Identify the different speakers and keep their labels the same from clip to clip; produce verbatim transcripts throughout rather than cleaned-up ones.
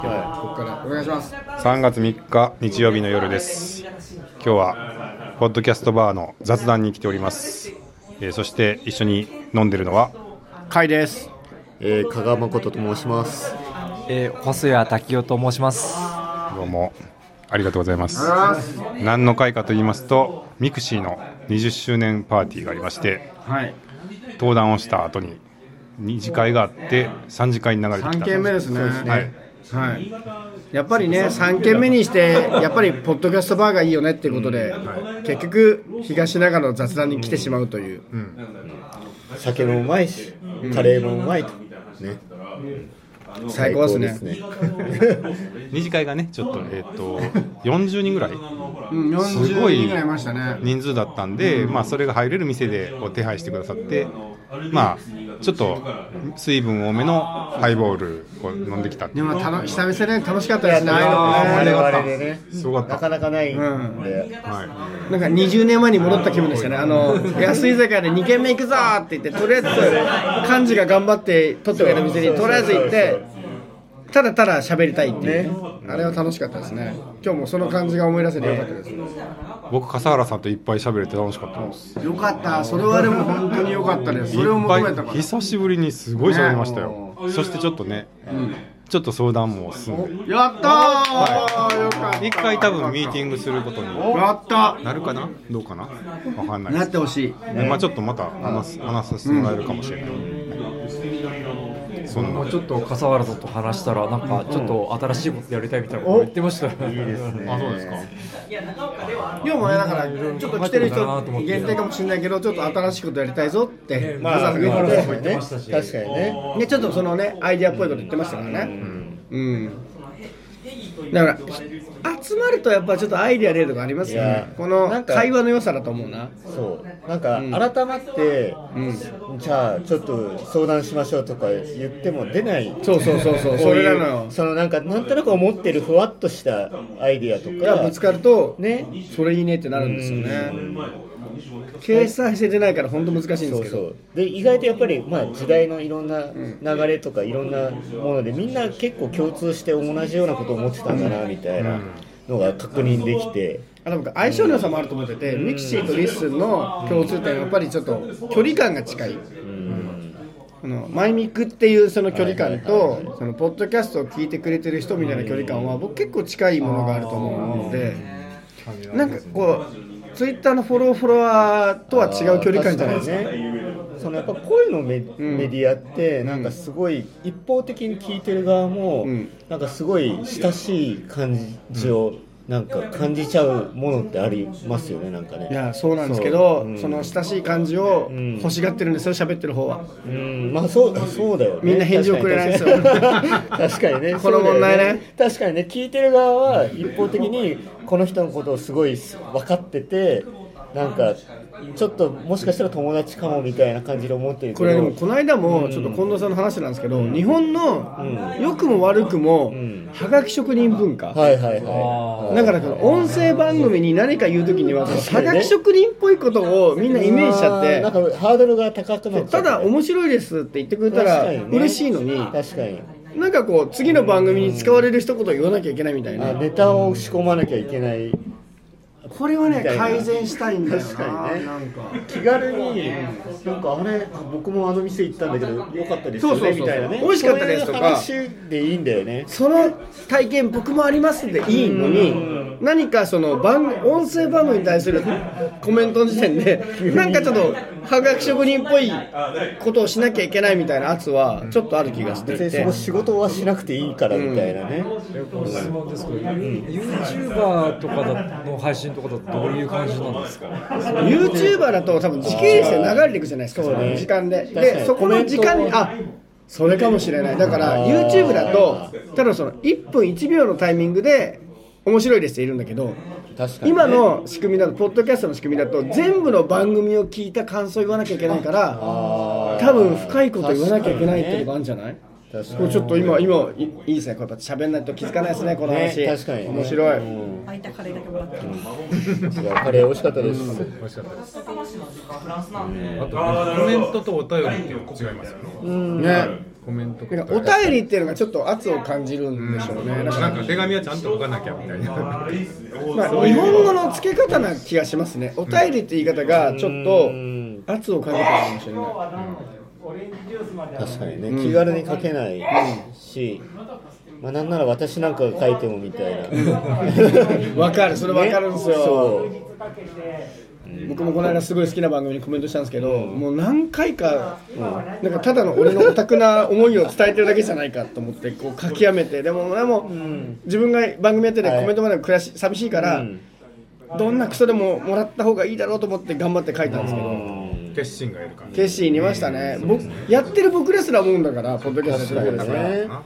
Speaker 1: はい、ここからお願いします。
Speaker 2: さんがつみっか日曜日の夜です。今日はポッドキャストバーの雑談に来ております。えー、そして一緒に飲んでるのは
Speaker 1: カイです。
Speaker 3: えー、加賀誠と申します。
Speaker 4: えー、細谷滝夫と申します。
Speaker 2: どうもありがとうございます。何の会かと言いますと、ミクシーのにじゅっしゅうねんパーティーがありまして、はい、登壇をした後にに次会があってさん次会に流れてきた。
Speaker 1: さんけんめですね。
Speaker 2: はい
Speaker 1: はい、やっぱりねさんけんめにしてやっぱりポッドキャストバーがいいよねっていうことで、はい、結局東長野の雑談に来てしまうという、うん、
Speaker 3: 酒もうまいしカレーもうまいと、ね、
Speaker 1: 最高ですね。
Speaker 3: ですね
Speaker 2: 二次会がねちょっと、えー、とよんじゅうにんぐらい、
Speaker 1: うん、よんじゅうにんぐらいいましたね。
Speaker 2: 人数だったんで、まあ、それが入れる店でこう手配してくださって、まあちょっと水分多めのハイボールを飲んできたっていう。
Speaker 1: でも久々で楽しかったですね。
Speaker 3: あれはね、ね
Speaker 2: すごかった。
Speaker 3: なかなかないんで、うん
Speaker 2: はい、
Speaker 1: なんかにじゅうねんまえに戻った気分でしたね。あの安い居酒屋でにけんめ行くぞって言って、とりあえず幹事が頑張って取ってくれる店にとりあえず行ってただただ喋りたいっていう、ね、あれは楽しかったですね。今日もその感じが思い出せてよかったです。
Speaker 2: 僕笠原さんといっぱい喋れて楽しかったです。
Speaker 1: よかった。それはでも本当によかったです。それを求めたから
Speaker 2: 久しぶりにすごい喋りましたよ、ね、そしてちょっとね、うん、ちょっと相談も進んで、
Speaker 1: やったー、はい、よかった。
Speaker 2: 一回多分ミーティングすることに
Speaker 1: やった
Speaker 2: なるかなどうかなわかんないです。
Speaker 1: なってほしい、
Speaker 2: ね、まあ、ちょっとまた話す話させてもらえるかもしれない、うん、
Speaker 4: そのちょっと笠原さんと話したらなんかちょっと新しいことやりたいみたいなこと言ってましたよ、
Speaker 3: いいですね。
Speaker 2: あ、そうですか。
Speaker 1: 今日もねだからちょっと来てる人限定かもしれないけど、ちょっと新しいことやりたいぞって
Speaker 3: まあ上原さんも言ってましたし、確かにね。
Speaker 1: でちょっとそのねアイディアっぽいこと言ってましたからね。うん。うん、だから集まるとやっぱちょっとアイディア出るとかありますよね。この会話の良さだと思うな。
Speaker 3: そうなんか改まって、うん、じゃあちょっと相談しましょうとか言っても出ない。
Speaker 1: そうそうそうそう、それなのよ。
Speaker 3: そのなんかなんとなく思ってるふわっとしたアイディアとか
Speaker 1: がぶつかるとね、それいいねってなるんですよね。計算して出ないから本当難しいんですけど、そうそう
Speaker 3: で意外とやっぱり、まあ、時代のいろんな流れとかいろんなものでみんな結構共通して同じようなことを思ってたんだなみたいなのが確認できて、
Speaker 1: あの相性の良さもあると思ってて、ミクシーとリッスンの共通点はやっぱりちょっと距離感が近い。あのマイミクっていうその距離感とそのポッドキャストを聞いてくれてる人みたいな距離感は僕結構近いものがあると思うので、なんかこうツイッターのフォローフォロワーとは違う距離感じゃないですか。
Speaker 3: ね、そのやっぱ声の メ,、うん、メディアってなんかすごい一方的に聞いてる側も、うん、なんかすごい親しい感じをなんか感じちゃうものってありますよね。なんかね。
Speaker 1: いやそうなんですけど、そ,、うん、その親しい感じを欲しがってるんですよ、喋ってる方は。
Speaker 3: うん、まあそうそうだよね。
Speaker 1: みんな返事をくれないですよ。
Speaker 3: 確かにね。
Speaker 1: この問題ね。
Speaker 3: 確かにね、聞いてる側は一方的にこの人のことをすごい分かってて、なんかちょっともしかしたら友達かもみたいな感じで思ってるけど、
Speaker 1: これでもこの間もちょっと近藤さんの話なんですけど、うん、日本の良くも悪くも、うん、はがき職人文化、
Speaker 3: はいはいはい、
Speaker 1: だからこの音声番組に何か言うときにははがき職人っぽいことをみんなイメージしちゃって、
Speaker 3: なんかハードルが高くなっちゃう。
Speaker 1: ただ面白いですって言ってくれたら嬉しいのに、
Speaker 3: 確かに
Speaker 1: なんかこう次の番組に使われる一言を言わなきゃいけないみたいな、
Speaker 3: ネタを仕込まなきゃいけない。
Speaker 1: これはね改善したいんだよな。確かにね、
Speaker 3: なんか気軽になんかあれ僕もあの店行ったんだけど良かったですよねみたいなね、
Speaker 1: 美味しかったですとか
Speaker 3: そういう話でいいんだよね。
Speaker 1: その体験僕もありますでいいのに、何かその番音声番組に対するコメントの時点でなんかちょっとはがき職人っぽいことをしなきゃいけないみたいな圧はちょっとある気がしていて、
Speaker 3: その仕事はしなくていいからみたいなね。
Speaker 4: 質問ですけど、YouTuber とかの配信とかだとどういう感じなんですか。
Speaker 1: YouTuber だと多分時系列で流れていくじゃないですか、その時間で。でそこの時間にあそれかもしれない。だから YouTube だとただそのいっぷんいちびょうのタイミングで面白いですっているんだけど、
Speaker 3: 確かにね、
Speaker 1: 今の仕組みだとポッドキャストの仕組みだと全部の番組を聞いた感想を言わなきゃいけないから、多分深いこと言わなきゃいけないってことあるんじゃない。これちょっと今今いいですね。これ喋んないと気づかないですねこの話、
Speaker 3: ね、確かに、ね、
Speaker 1: 面白い。
Speaker 5: 空いたカレーだけもらってます。
Speaker 3: カレー美味しかったです。
Speaker 2: 美味しかったです。あとコメントとお便りって違いますよね。
Speaker 1: うんね。
Speaker 2: コメント
Speaker 1: なんかお便りっていうのがちょっと圧を感じるんでしょうね。
Speaker 2: なんかなんか手紙はちゃんと書かなきゃみたいな。ま
Speaker 1: あ、日本語の付け方な気がしますね。お便りって言い方がちょっと圧をかけてるかもしれない。
Speaker 3: 確かにね、気軽に書けないし、まあ、なんなら私なんかが書いてもみたいな。
Speaker 1: わかる、それわかるんですよ。
Speaker 3: ね、そう
Speaker 1: 僕もこの間すごい好きな番組にコメントしたんですけど、もう何回か、なんかただの俺のオタクな思いを伝えてるだけじゃないかと思ってこう書きやめて、でもでも自分が番組やっててコメントまで暮らし寂しいから、どんなクソでももらった方がいいだろうと思って頑張って書いたんですけど、
Speaker 2: 決心がいるから、
Speaker 1: 決心にましたね。僕やってる僕ですら思うんだから、ポッドキャストやってるだけですから、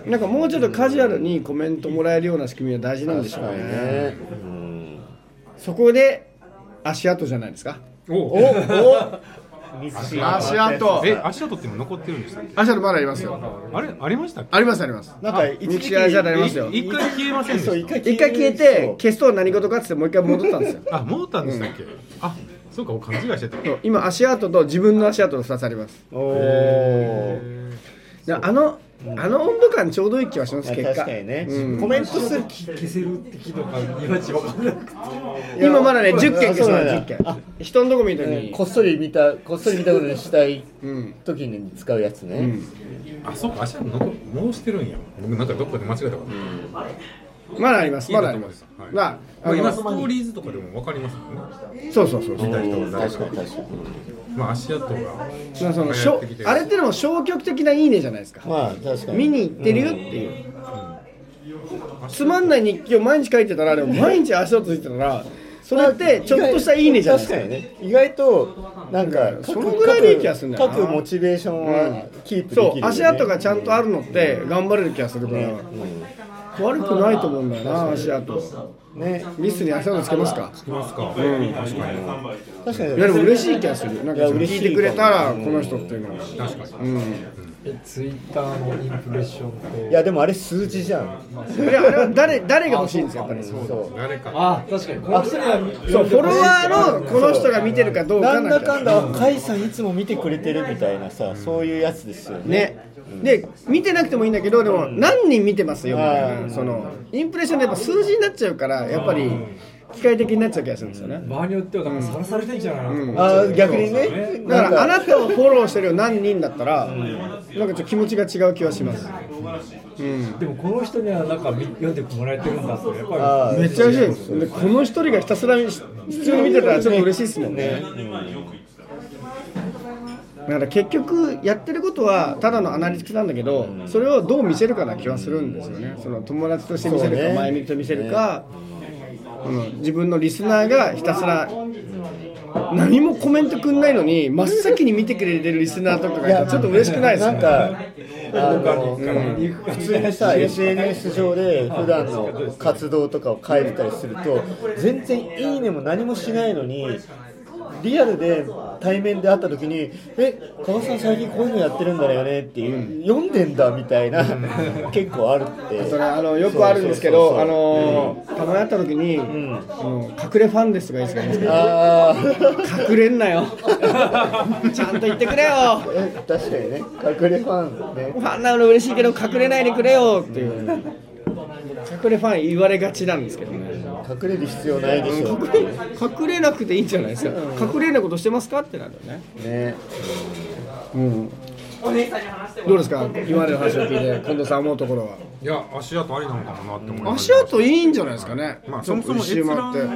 Speaker 1: なんかもうちょっとカジュアルにコメントもらえるような仕組みは大事なんでしょうね。そこで足跡じゃないですか。
Speaker 2: おお
Speaker 1: 足跡、
Speaker 2: え、足跡って今残ってるんでしたっけ？
Speaker 1: 足跡まだありますよ。
Speaker 2: あれありましたっけ？
Speaker 1: ありますあります。なんか一時足跡ありますよ。
Speaker 2: 一回消えませんでした。
Speaker 1: 一回消えて消すと何事かってもう一回戻ったんですよ。
Speaker 2: あ、戻ったんでしたっけ？あ、そうか、勘違いしてた。
Speaker 1: 今足跡と自分の足跡のふたつあります。おお。あのあの温度感ちょうどいい気はします。結果
Speaker 3: 確かにね、うん、コメントする
Speaker 4: 消せるって聞いたのがいまいち分からなくて、
Speaker 1: 今まだねじゅっけん消すのじゅっけん。人のとこ見たに
Speaker 3: こっそり見たこっそり見たことにしたい時に使うやつね、うん
Speaker 2: うん、あ、そうか、足跡戻してるんや。僕なんかどっかで間違えたかと、
Speaker 1: うん、まだありますまだあります。
Speaker 2: はい、まあ、あの今ストーリーズとかでも分かりますもんね。
Speaker 1: そうそうそう、
Speaker 2: 見た人は誰か。
Speaker 3: 確かに確かに。
Speaker 2: まあ足跡が、
Speaker 1: まあ、そのしょあれってのも消極的ないいねじゃないですか。
Speaker 3: まあ確かに
Speaker 1: 見に行ってるよっていう、うん、つまんない日記を毎日書いてたら、でも毎日足跡ついてたらそれってちょっとしたいいねじゃないですか。
Speaker 3: 確かにね、意外となんか
Speaker 1: そのぐらいでいい気がするんだよな。
Speaker 3: 書くモチベーションはキープできるよね、
Speaker 1: そう、足跡がちゃんとあるのって頑張れる気がするから、うん、悪くないと思うんだよな。足跡ね、リスに足跡つけますか？
Speaker 2: つけますか。
Speaker 1: うん、
Speaker 2: 確かに。
Speaker 3: 確かに。
Speaker 1: いやでも嬉しい気がする。なんか聞いてくれたらこの人っていうのは。
Speaker 2: 確かに。
Speaker 1: うん。
Speaker 4: え、ツイッターのインプレッションと。
Speaker 3: いやでもあれ数字じゃん。
Speaker 1: いやあれは誰誰が欲しいんですよやっぱり。
Speaker 2: そう。誰か。
Speaker 4: あ、確かに。この人が
Speaker 1: そう、フォロワーのこの人が見てるかどうか
Speaker 3: なんだかんだ甲斐さんいつも見てくれてるみたいなさ、そういうやつですよね。
Speaker 1: ね。で見てなくてもいいんだけど、でも何人見てますよみたいな、そのインプレッションでやっぱ数字になっちゃうから、やっぱり機械的になっちゃう気がするんですよね。
Speaker 4: 場合によってはなんかさらされてんじゃないかな、うん、
Speaker 3: あ逆にね。
Speaker 1: だからあなたをフォローしてる何人だったら、うん、なんかちょっと気持ちが違う気はします。うん、
Speaker 4: でもこの人にはなんか読んでもらえてるんだってやっぱ
Speaker 1: りめっちゃ嬉しいです。でこの一人がひたすら必要に見てたらちょっと嬉しいですもんね。だから結局やってることはただのアナリティクスなんだけど、それをどう見せるかな気はするんですよね。その友達として見せるか、前向きと見せるか、うん、自分のリスナーがひたすら何もコメントくんないのに真っ先に見てくれてるリスナーとかがちょっと嬉しくないですか？
Speaker 3: なんかあの、うん、普通にさ エスエヌエス 上で普段の活動とかを書いてたりすると全然いいねも何もしないのに、リアルで対面で会った時にえ、川さん最近こういうのやってるんだよねっていう、うん、読んでんだみたいな結構あるって。
Speaker 1: それあのよくあるんですけど、あのたまに会った時に、うん、あの隠れファンですとか言うんですけど、あ隠れんなよちゃんと言ってくれよ
Speaker 3: 確かにね、隠れファンね、
Speaker 1: ファンなの嬉しいけど隠れないでくれよっていう、隠れファン言われがちなんですけどね。
Speaker 3: 隠れる必要ないでしょ。
Speaker 1: 隠れ、隠れなくていいんじゃないですか。隠れないことしてますかってなるよね。
Speaker 3: ね。
Speaker 1: うん。どうですか、今までの話を聞いて近藤さん思うところは。
Speaker 2: いや、足跡ありなのかもなって思います。
Speaker 1: 足跡いいんじゃないですかね。
Speaker 2: まあそもそも閲覧、うん、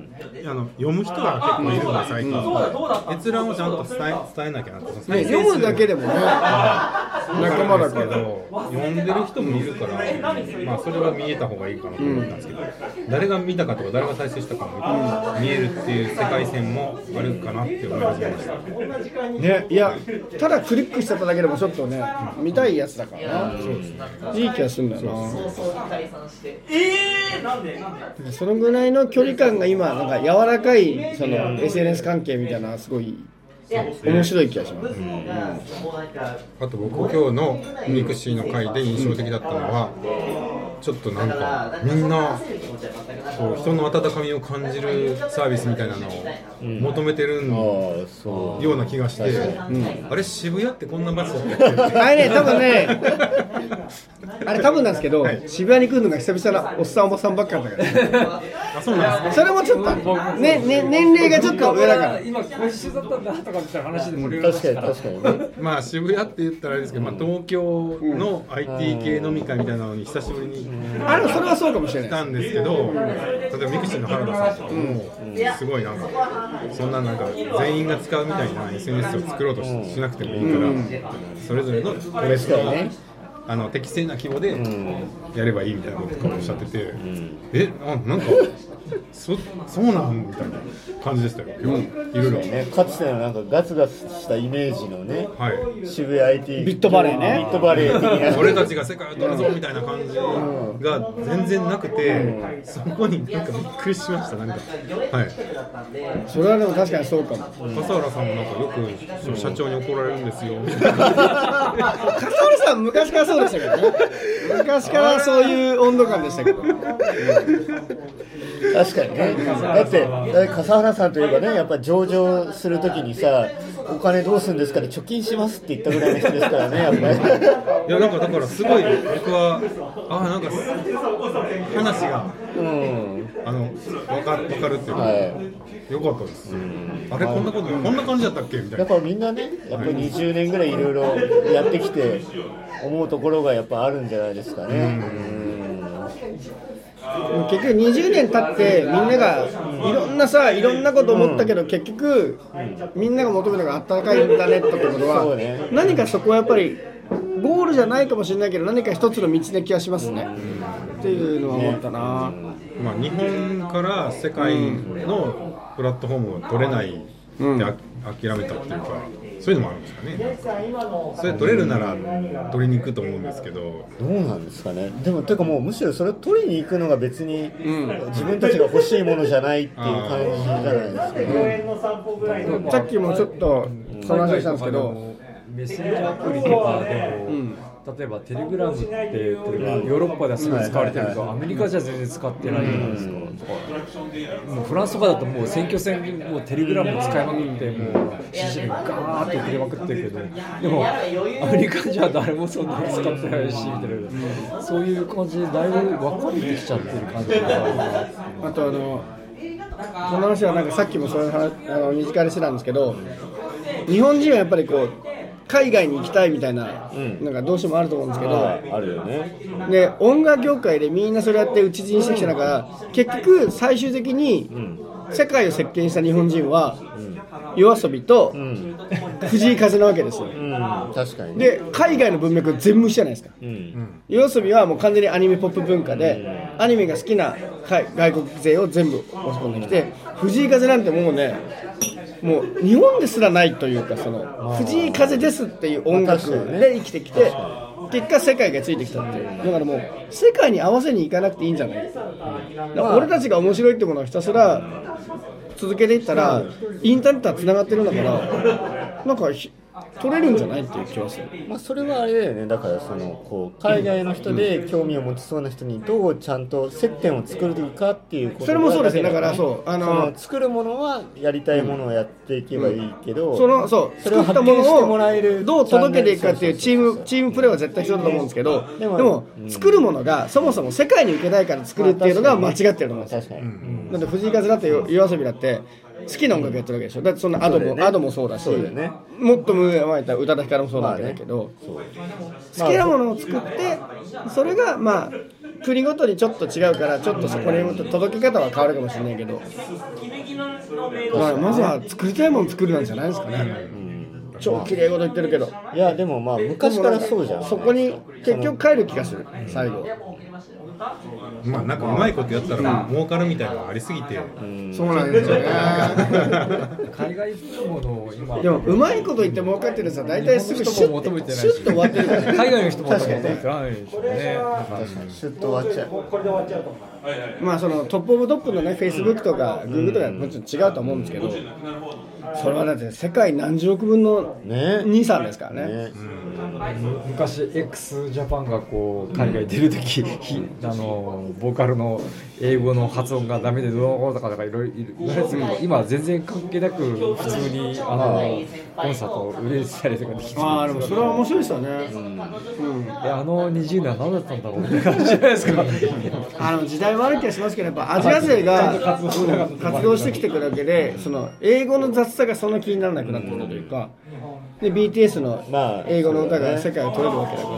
Speaker 2: あの読む人が結構いるんで最近、うん、閲覧をちゃんと伝え伝えなきゃなって、
Speaker 1: ね、読むだけでもね仲間だけど
Speaker 2: 読んでる人もいるから、まあそれは見えた方がいいかなと思ったんですけど、うん、誰が見たかとか誰が再生したかも見えるっていう世界線もあるかなって思いました
Speaker 1: ね。いや、ただクリックしちゃっただけでもちょっとね見たいやつだからな、うん、いい気がするんだよな。そのぐらいの距離感が今なんか柔らかいその エスエヌエス 関係みたいなすごい面白い気がします、うんうん、
Speaker 2: あと僕今日のミクシーの回で印象的だったのは、 ちょっとなんかみんなこう人の温かみを感じるサービスみたいなのを求めてるような気がして、うん、あれ渋谷ってこんな街だったっけ？
Speaker 1: あれね多分ねあれ多分なんですけど、はい、渋谷に来るのが久々なおっさんおばさんばっかだから、あ、そうなんですね。それもちょっと、ねね、年齢がちょっと上だから
Speaker 4: 今今週だったんだとかみたいな話で盛り上がりましたから、確かに確かにね。
Speaker 2: まあ渋谷って言ったらあれですけど、まあ、東京の アイティー 系飲み会みたいなのに久しぶりに
Speaker 1: あれそれはそうかもしれない
Speaker 2: 来たんですけど、例えばミクシーの原田さんとかもすごいなんかそんななんか全員が使うみたいな エスエヌエス を作ろうと し, しなくてもいいから、それぞれのプレスのあの適正な規模でやればいいみたいなことをおっしゃってて、うん、えあなんかそそうなんみたいな感じでしたよ、うん、いろいろ
Speaker 3: ね。かつてのなんかガツガツしたイメージのね、はい、渋谷 アイティー
Speaker 1: ビットバレーね、
Speaker 3: ビットバレー的な
Speaker 2: 俺たちが世界を取るぞみたいな感じが全然なくて、うん、そこになんかびっくりしました。なんか、はい、
Speaker 1: それはでも確かにそうかも。
Speaker 2: 笠原さんもなんかよく社長に怒られるんですよみたいな笠
Speaker 1: 原さん昔からそうでしたけどね。昔からそういう温度感でしたけど。
Speaker 3: 確かにね。だって笠原さんといえばね、やっぱ上場するときにさ、お金どうするんですかね、貯金しますって言ったぐらいの人ですからね、やっぱり。い
Speaker 2: やなんかだからすごい僕はあなんか話が、うん、あの分か分かるっていうか、はい、よかったです。うん、あれこんなこと、うん、こんな感じだったっけみたいな。
Speaker 3: やっぱみんなね、やっぱにじゅうねんぐらいいろいろやってきて思うところがやっぱあるんじゃないですかね。うん
Speaker 1: うん、結局にじゅうねん経ってみんながいろんなさいろんなこと思ったけど、うん、結局みんなが求めるのがあったかいインターネットってことは、ね、何かそこはやっぱりゴールじゃないかもしれないけど何か一つの道な気がしますね、うん、っていうのは思ったな、ね。
Speaker 2: まあ、日本から世界のプラットフォームを取れないって、うん、諦めたっていうかそういうのもあるんですかね。それ取れるなら取りに行くと思うんですけど、
Speaker 3: どうなんですかね。でもていうかもうむしろそれを取りに行くのが別に自分たちが欲しいものじゃないっていう感じじゃないですかね。
Speaker 1: うん、さっきもちょっとその話したんですけど、
Speaker 4: メッセンジャーアプリとかでも、うん、例えばテレグラムってヨーロッパではすごい使われてるけど、アメリカじゃ全然使ってないじゃないですか。もうフランスとかだともう選挙戦もうテレグラム使いまくってもう支持率ガーッと送りまくってるけど、でもアメリカじゃ誰もそんなに使ってないしみたいな、そういう感じでだいぶ分かれてきちゃってる感じが
Speaker 1: あとあのこの話はなんかさっきもそういう話あの二次会でしてたんですけど、日本人はやっぱりこう海外に行きたいみたいな、うん、なんかどうしてもあると思うんですけど、
Speaker 3: あるよね。
Speaker 1: で音楽業界でみんなそれやって討ち死にしてきた中、結局最終的に世界を席巻した日本人は、うん、夜遊びと、うん、藤井風なわけですよ、うん、
Speaker 3: 確かに、
Speaker 1: ね、で海外の文脈全無視じゃないですか、うん、夜遊びはもう完全にアニメポップ文化で、うん、アニメが好きな外国勢を全部押し込んできて、藤井風なんてもうねもう日本ですらないというか、その藤井風ですっていう音楽で生きてきて、結果世界がついてきたっていう。だからもう世界に合わせに行かなくていいんじゃない。だから俺たちが面白いってものをひたすら続けていったらインターネットはつながってるんだから、なんか取れるんじゃないっていう気がする。
Speaker 3: まあ、それはあれだよね。だからそのこう海外の人で興味を持ちそうな人にどうちゃんと接点を作るかっていうことが、
Speaker 1: それもそうですね。だからそう
Speaker 3: あのその作るものはやりたいものをやっていけばいいけど、
Speaker 1: うん、そのそうそれを作ったものをどう届けていくかっていうチームチームプレーは絶対必要だと思うんですけど、でも、でもうん、作るものがそもそも世界に受けたいから作るっていうのが間違ってると思うんですよ。確かに。うん、だって藤井風だって夜遊びだって好きな音楽やってるわけでしょ。だってそんなアドも、ね、アドもそうだし、そうだよね、もっと無理まいた宇多田ヒカルもそうなわけだけど、まあね、好きなものを作ってそれがまあ国ごとにちょっと違うからちょっとそこに届け方は変わるかもしれないけど、まあ、まずは作りたいもの作るなんじゃないですかね、うん、超綺麗事言ってるけど、
Speaker 3: いやでもまあ昔からそうじゃん。
Speaker 1: そこに結局帰る気がする最後。
Speaker 2: まあなんかうまいことやったら儲かるみたいなのがありすぎて、
Speaker 1: うん、そうなんですよね。
Speaker 4: 海外ものを今
Speaker 1: でもうまいこと言って儲かってるやつは大体すぐシュッとシュッと終わってるから、
Speaker 4: 海外の人も求めてないでしょうね。
Speaker 3: 確かにシュッと終わっちゃう。これで終わっちゃうと思
Speaker 1: う。まあそのトップオブトップのね Facebook とか Google とかもちろん違うと思うんですけど、 それはだって世界何十億分のにさんですからね。ねね
Speaker 4: 昔 X ジャパンがこう海外出るとき、うん、あのボーカルの英語の発音がダメでどうのとかとかいろいろ言われてたけど、今は全然関係なく普通にあのコンサートを売れたりとかできて、
Speaker 1: ああでもそれは面白いですよね。
Speaker 4: うんうん、あのにじゅうねんは何だったんだろうって感じじゃないですか。
Speaker 1: あの時代はある気がしますけど、やっぱアジア勢が活動してきてくるだけで、その英語の雑さがそんな気にならなくなってくるというか、で ビーティーエス の英語の歌が世界を取れるわけだから、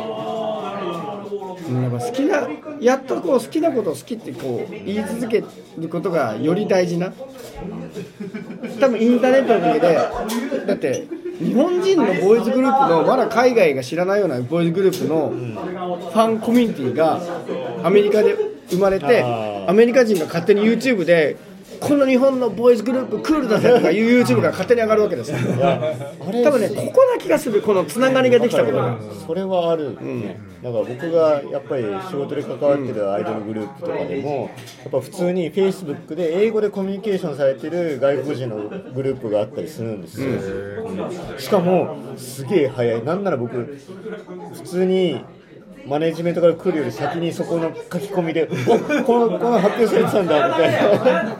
Speaker 1: やっぱ好きな、やっとこう好きなことを好きってこう言い続けることがより大事な。多分インターネットのおかげで、だって日本人のボーイズグループのまだ海外が知らないようなボーイズグループのファンコミュニティがアメリカで生まれて、アメリカ人が勝手に YouTube でこの日本のボーイズグループクールだぜとかいう YouTube が勝手に上がるわけですよ。多分ね、ここな気がする、このつながりができたことが。
Speaker 3: それはある、ね、うん、だから僕がやっぱり仕事で関わってるアイドルグループとかでも、やっぱ普通に Facebook で英語でコミュニケーションされてる外国人のグループがあったりするんですよ、うん、しかもすげえ早い。なんなら僕普通にマネジメントから来るより先にそこの書き込みでおこのこの発表されてたんだみたいな。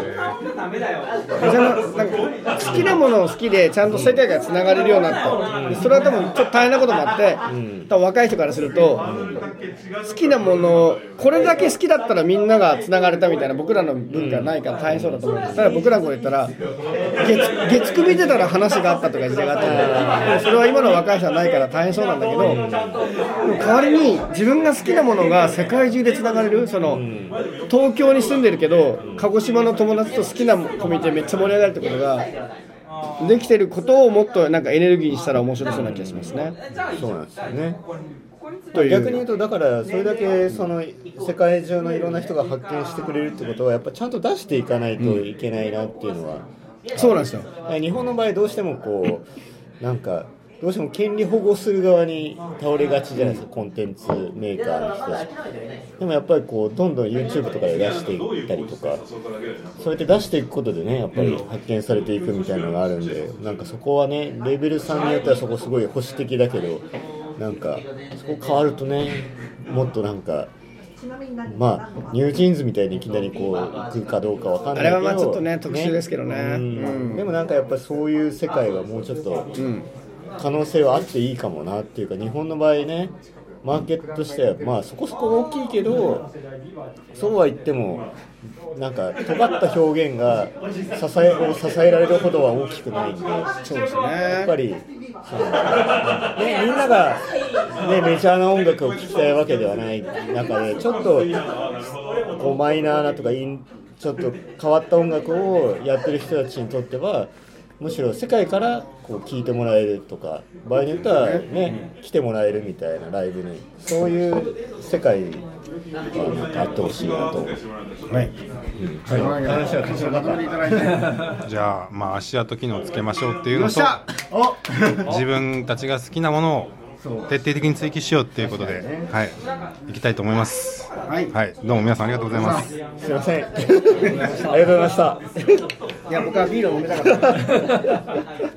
Speaker 1: なんか好きなものを好きでちゃんと世界がつながれるようになって、それは多分ちょっと大変なこともあって、多分若い人からすると好きなものこれだけ好きだったらみんながつながれたみたいな僕らの文化ないから大変そうだと思うんです。だから僕らこう言ったら月月9見てたら話があったとか時代があったんで、それは今の若い人はないから大変そうなんだけど、でも代わりに自分が好きなものが世界中でつながれる、その東京に住んでるけど鹿児島の友達と好きなコミュニティめっちゃ盛り上がるってことができてることをもっとなんかエネルギーにしたら面白そうな気がしますね。
Speaker 3: そうなんですよね。逆に言うとだからそれだけその世界中のいろんな人が発見してくれるってことはやっぱちゃんと出していかないといけないなっていうのは、
Speaker 1: うん、そうなんですよ。
Speaker 3: 日本の場合どうしてもこうなんかどうしても権利保護する側に倒れがちじゃないですか、コンテンツメーカーの人たち。でもやっぱりこうどんどん YouTube とかで出していったりとか、そうやって出していくことでねやっぱり発見されていくみたいなのがあるんで、なんかそこはねレーベルさんによってはそこすごい保守的だけど、なんかそこ変わるとねもっとなんかまあニュージーンズみたいにいきなりこう行くかどうかわかんないけど、
Speaker 1: あれはまあちょっとね特殊ですけどね、うんうん、
Speaker 3: でもなんかやっぱりそういう世界はもうちょっと、うん可能性はあっていいかもなっていうか、日本の場合ねマーケットとしてはまあそこそこ大きいけど、そうは言ってもなんか尖った表現が支えを支えられるほどは大きくないんで、
Speaker 1: そうですね、
Speaker 3: やっぱりその、ね、みんなが、ね、メジャーな音楽を聴きたいわけではない中で、ちょっとこうマイナーなとかちょっと変わった音楽をやってる人たちにとってはむしろ世界からこう聞いてもらえるとか、場合によってはね来てもらえるみたいなライブに、そういう世界があってほしいなと。はい。
Speaker 1: うんはい、話は途中まとめていただいて。
Speaker 2: じゃあまあ足跡機能をつけましょうっていうのと、自分たちが好きなものを徹底的に追求しようっていうことで、はい、いきたいと思います。はい、はい、どうも皆さんありがとうございます。
Speaker 3: すいません。ありがとうございました。
Speaker 1: いや僕はビールを飲みたかった。